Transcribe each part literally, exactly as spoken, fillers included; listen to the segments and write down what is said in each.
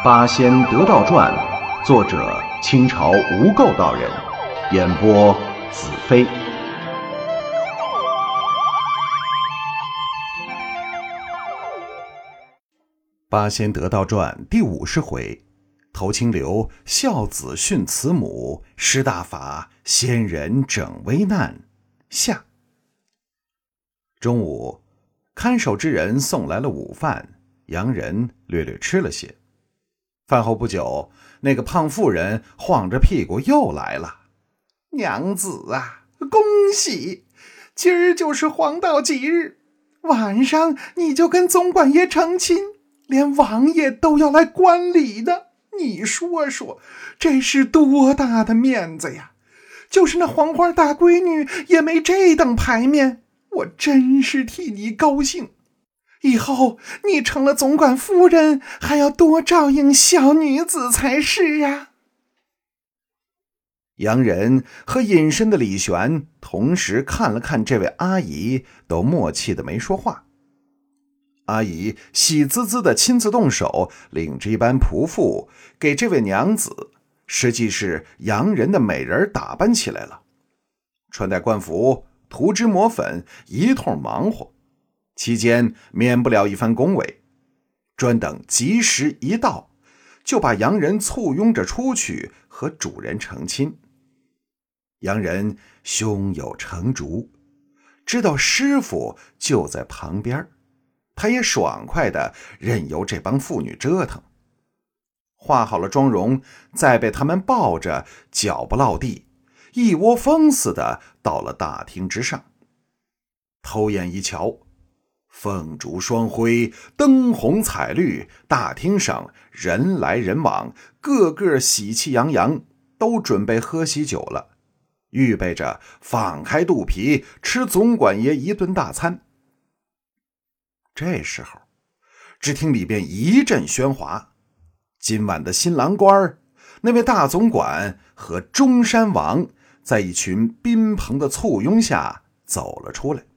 八仙得道传》，作者清朝无垢道人，演播子飞。八仙得道传第五十回，头清流孝子训慈母，施大法仙人整危难下。中午，看守之人送来了午饭，洋人略略吃了些。饭后不久，那个胖妇人晃着屁股又来了。娘子啊，恭喜！今儿就是黄道吉日，晚上你就跟总管爷成亲，连王爷都要来观礼的。你说说，这是多大的面子呀！就是那黄花大闺女也没这等排面，我真是替你高兴。以后你成了总管夫人，还要多照应小女子才是啊。洋人和隐身的李玄同时看了看这位阿姨，都默契的没说话。阿姨喜滋滋的亲自动手，领着一班仆妇给这位娘子，实际是洋人的美人打扮起来了，穿戴官服，涂脂抹粉，一通忙活。期间免不了一番恭维，专等吉时一到，就把洋人簇拥着出去和主人成亲。洋人胸有成竹，知道师傅就在旁边，他也爽快地任由这帮妇女折腾。化好了妆容，再被他们抱着，脚不落地，一窝蜂似的到了大厅之上。偷眼一瞧，凤烛双辉，灯红彩绿，大厅上人来人往，个个喜气洋洋，都准备喝喜酒了，预备着放开肚皮吃总管爷一顿大餐。这时候，只听里边一阵喧哗，今晚的新郎官，那位大总管和中山王在一群宾朋的簇拥下走了出来。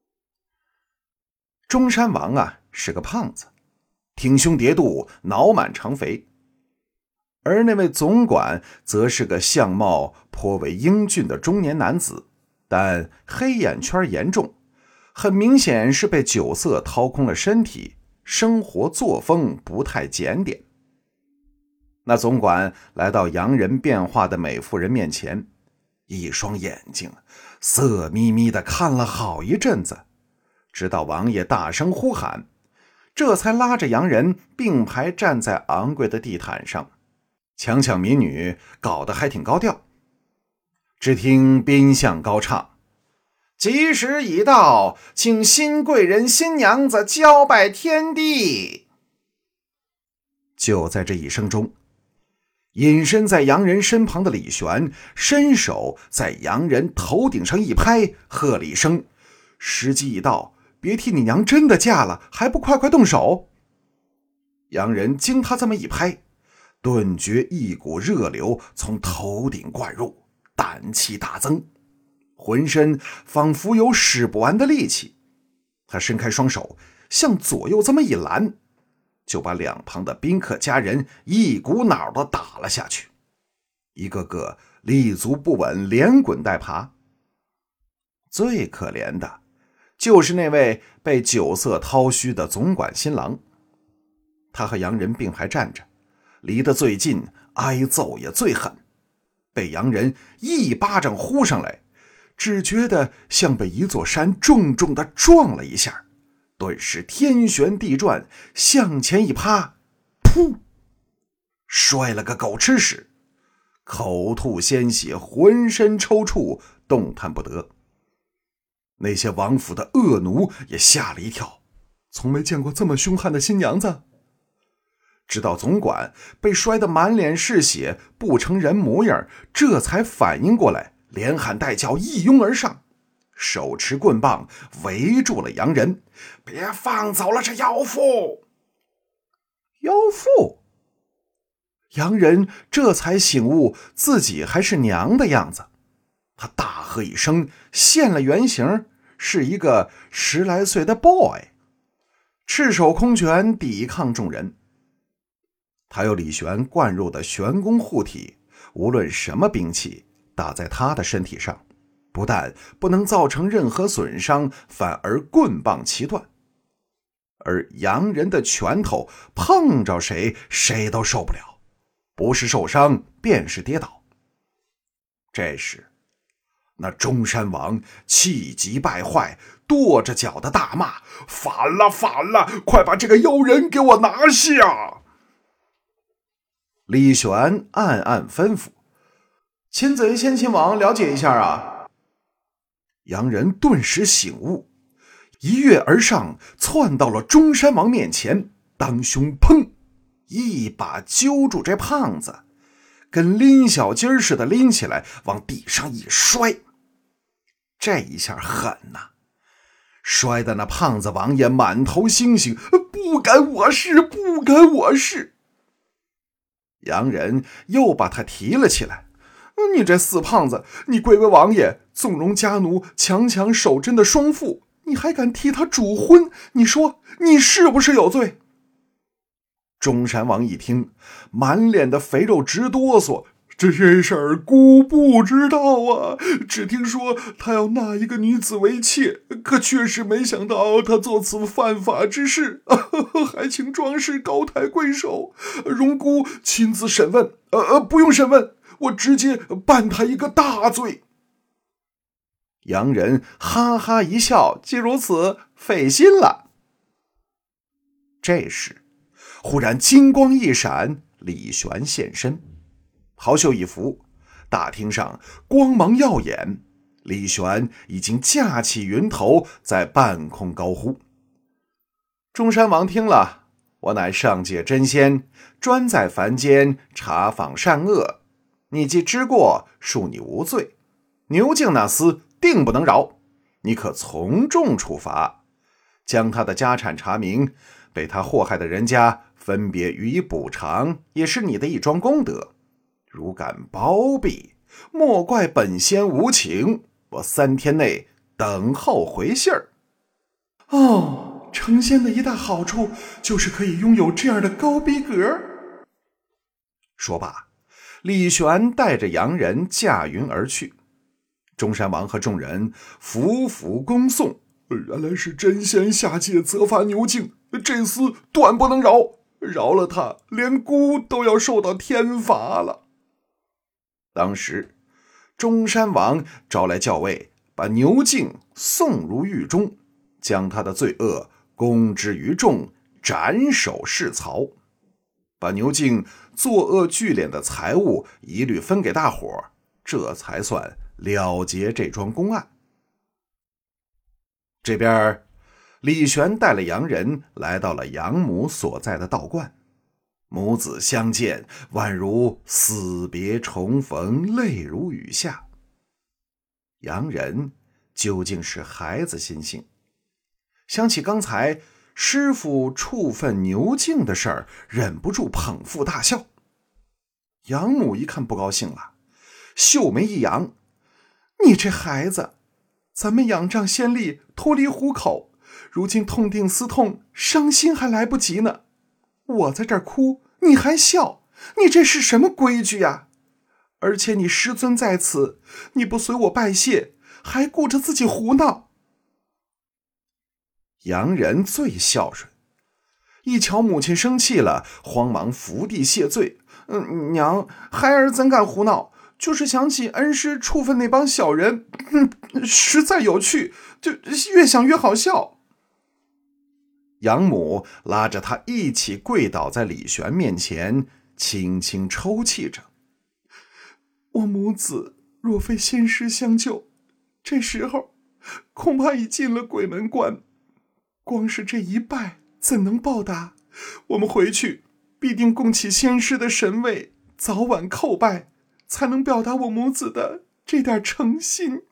中山王啊，是个胖子，挺胸叠肚，脑满肠肥，而那位总管则是个相貌颇为英俊的中年男子，但黑眼圈严重，很明显是被酒色掏空了身体，生活作风不太检点。那总管来到洋人变化的美妇人面前，一双眼睛色眯眯地看了好一阵子，直到王爷大声呼喊，这才拉着洋人并排站在昂贵的地毯上，强抢民女，搞得还挺高调。只听宾相高唱，吉时已到，请新贵人新娘子交拜天地。就在这一声中，隐身在洋人身旁的李玄伸手在洋人头顶上一拍，喝了一声，时机已到，别替你娘真的嫁了，还不快快动手。洋人经他这么一拍，顿觉一股热流从头顶灌入，胆气大增，浑身仿佛有使不完的力气。他伸开双手向左右这么一拦，就把两旁的宾客家人一股脑的打了下去，一个个立足不稳，连滚带爬。最可怜的就是那位被酒色掏虚的总管新郎，他和洋人并排站着，离得最近，挨揍也最狠，被洋人一巴掌呼上来，只觉得像被一座山重重地撞了一下，顿时天旋地转，向前一趴，噗，摔了个狗吃屎，口吐鲜血，浑身抽搐，动弹不得。那些王府的恶奴也吓了一跳，从没见过这么凶悍的新娘子。直到总管被摔得满脸是血，不成人模样，这才反应过来，连喊带叫一拥而上，手持棍棒围住了洋人，别放走了这妖妇。妖妇？洋人这才醒悟自己还是娘的样子，他大喝一声，现了原形，是一个十来岁的 boy， 赤手空拳抵抗众人。 他有李玄灌入的玄功护体，无论什么兵器打在他的身体上，不但不能造成任何损伤，反而棍棒齐断。而洋人的拳头碰着谁，谁都受不了，不是受伤便是跌倒。这时那中山王气急败坏，跺着脚的大骂：反了反了，快把这个妖人给我拿下！李玄暗暗吩咐：擒贼先擒王，了解一下啊！洋人顿时醒悟，一跃而上，窜到了中山王面前，当胸砰一把揪住这胖子，跟拎小鸡似的拎起来，往地上一摔。这一下狠呐，摔的那胖子王爷满头星星，不干我事，不干我事。洋人又把他提了起来：你这死胖子，你贵为王爷，纵容家奴强抢守贞的双妇，你还敢替他主婚？你说你是不是有罪？中山王一听，满脸的肥肉直哆嗦，这些事儿孤不知道啊，只听说他要纳一个女子为妾，可确实没想到他做此犯法之事，还请庄士高抬贵手，容姑亲自审问。呃呃，不用审问，我直接办他一个大罪。洋人哈哈一笑，既如此，费心了。这时忽然金光一闪，李玄现身，袍袖一拂，大厅上光芒耀眼，李玄已经架起云头，在半空高呼：中山王听了，我乃上界真仙，专在凡间查访善恶，你既知过，恕你无罪，牛敬那厮定不能饶，你可从重处罚，将他的家产查明，被他祸害的人家分别予以补偿，也是你的一桩功德。如敢包庇，莫怪本仙无情，我三天内等候回信儿。哦，成仙的一大好处就是可以拥有这样的高逼格。说罢，李玄带着洋人驾云而去。中山王和众人伏伏恭送，原来是真仙下界责罚牛敬，这厮断不能饶，饶了他，连姑都要受到天罚了。当时中山王招来校尉，把牛敬送入狱中，将他的罪恶公之于众，斩首示曹，把牛敬作恶聚敛的财物一律分给大伙，这才算了结这桩公案。这边李玄带了洋人来到了养母所在的道观，母子相见，宛如死别重逢，泪如雨下。洋人究竟是孩子心性，想起刚才师傅处分牛敬的事儿，忍不住捧腹大笑。养母一看不高兴了，秀眉一扬：你这孩子，咱们仰仗先例，脱离虎口，如今痛定思痛，伤心还来不及呢。我在这儿哭，你还笑，你这是什么规矩呀？而且你师尊在此，你不随我拜谢，还顾着自己胡闹。洋人最孝顺，一瞧母亲生气了，慌忙伏地谢罪：嗯，娘，孩儿怎敢胡闹，就是想起恩师处分那帮小人，嗯，实在有趣，就越想越好笑。养母拉着他一起跪倒在李玄面前，轻轻抽泣着：我母子若非先师相救，这时候恐怕已进了鬼门关，光是这一拜怎能报答？我们回去必定供起先师的神位，早晚叩拜，才能表达我母子的这点诚心。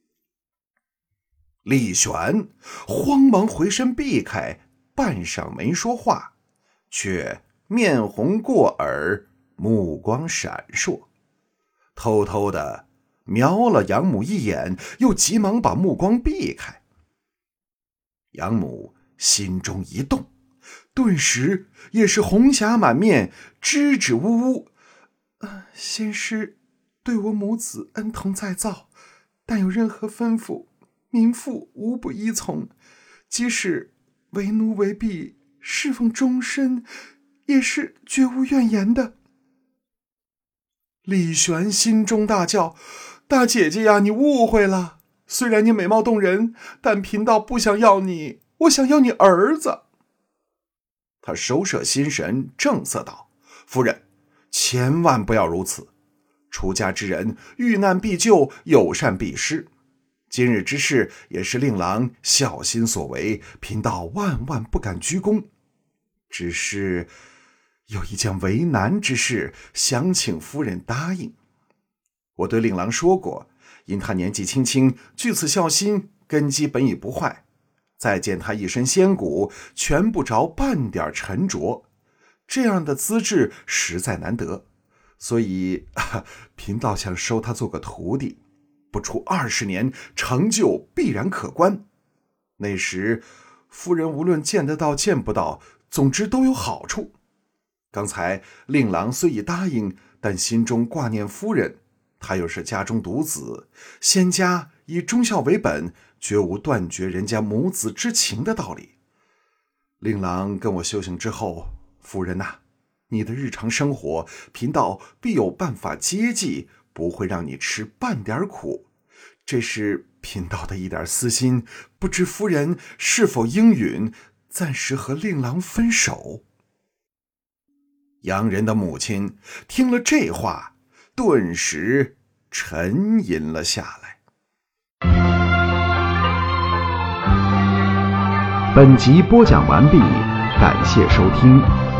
李玄慌忙回身避开，半晌没说话，却面红过耳，目光闪烁，偷偷的瞄了养母一眼，又急忙把目光避开。养母心中一动， 顿时也是红霞满面，支支吾吾。呃，先师对我母子恩同再造，但有任何吩咐，民妇无不依从，即使为奴为婢，侍奉终身，也是绝无怨言的。李玄心中大叫：大姐姐呀，你误会了，虽然你美貌动人，但贫道不想要你，我想要你儿子。他收摄心神，正色道：夫人，千万不要如此，出家之人遇难必救，有善必施，今日之事也是令郎孝心所为，贫道万万不敢居功，只是有一件为难之事，想请夫人答应。我对令郎说过，因他年纪轻轻，据此孝心，根基本已不坏，再见他一身仙骨，全不着半点沉着，这样的资质实在难得，所以、啊、贫道想收他做个徒弟，不出二十年，成就必然可观。那时夫人无论见得到见不到，总之都有好处。刚才令郎虽已答应，但心中挂念夫人，他又是家中独子，仙家以忠孝为本，绝无断绝人家母子之情的道理。令郎跟我修行之后，夫人呐、啊，你的日常生活，贫道必有办法接济，不会让你吃半点苦。这是贫道的一点私心，不知夫人是否应允，暂时和令郎分手。洋人的母亲听了这话，顿时沉吟了下来。 本集播讲完毕，感谢收听。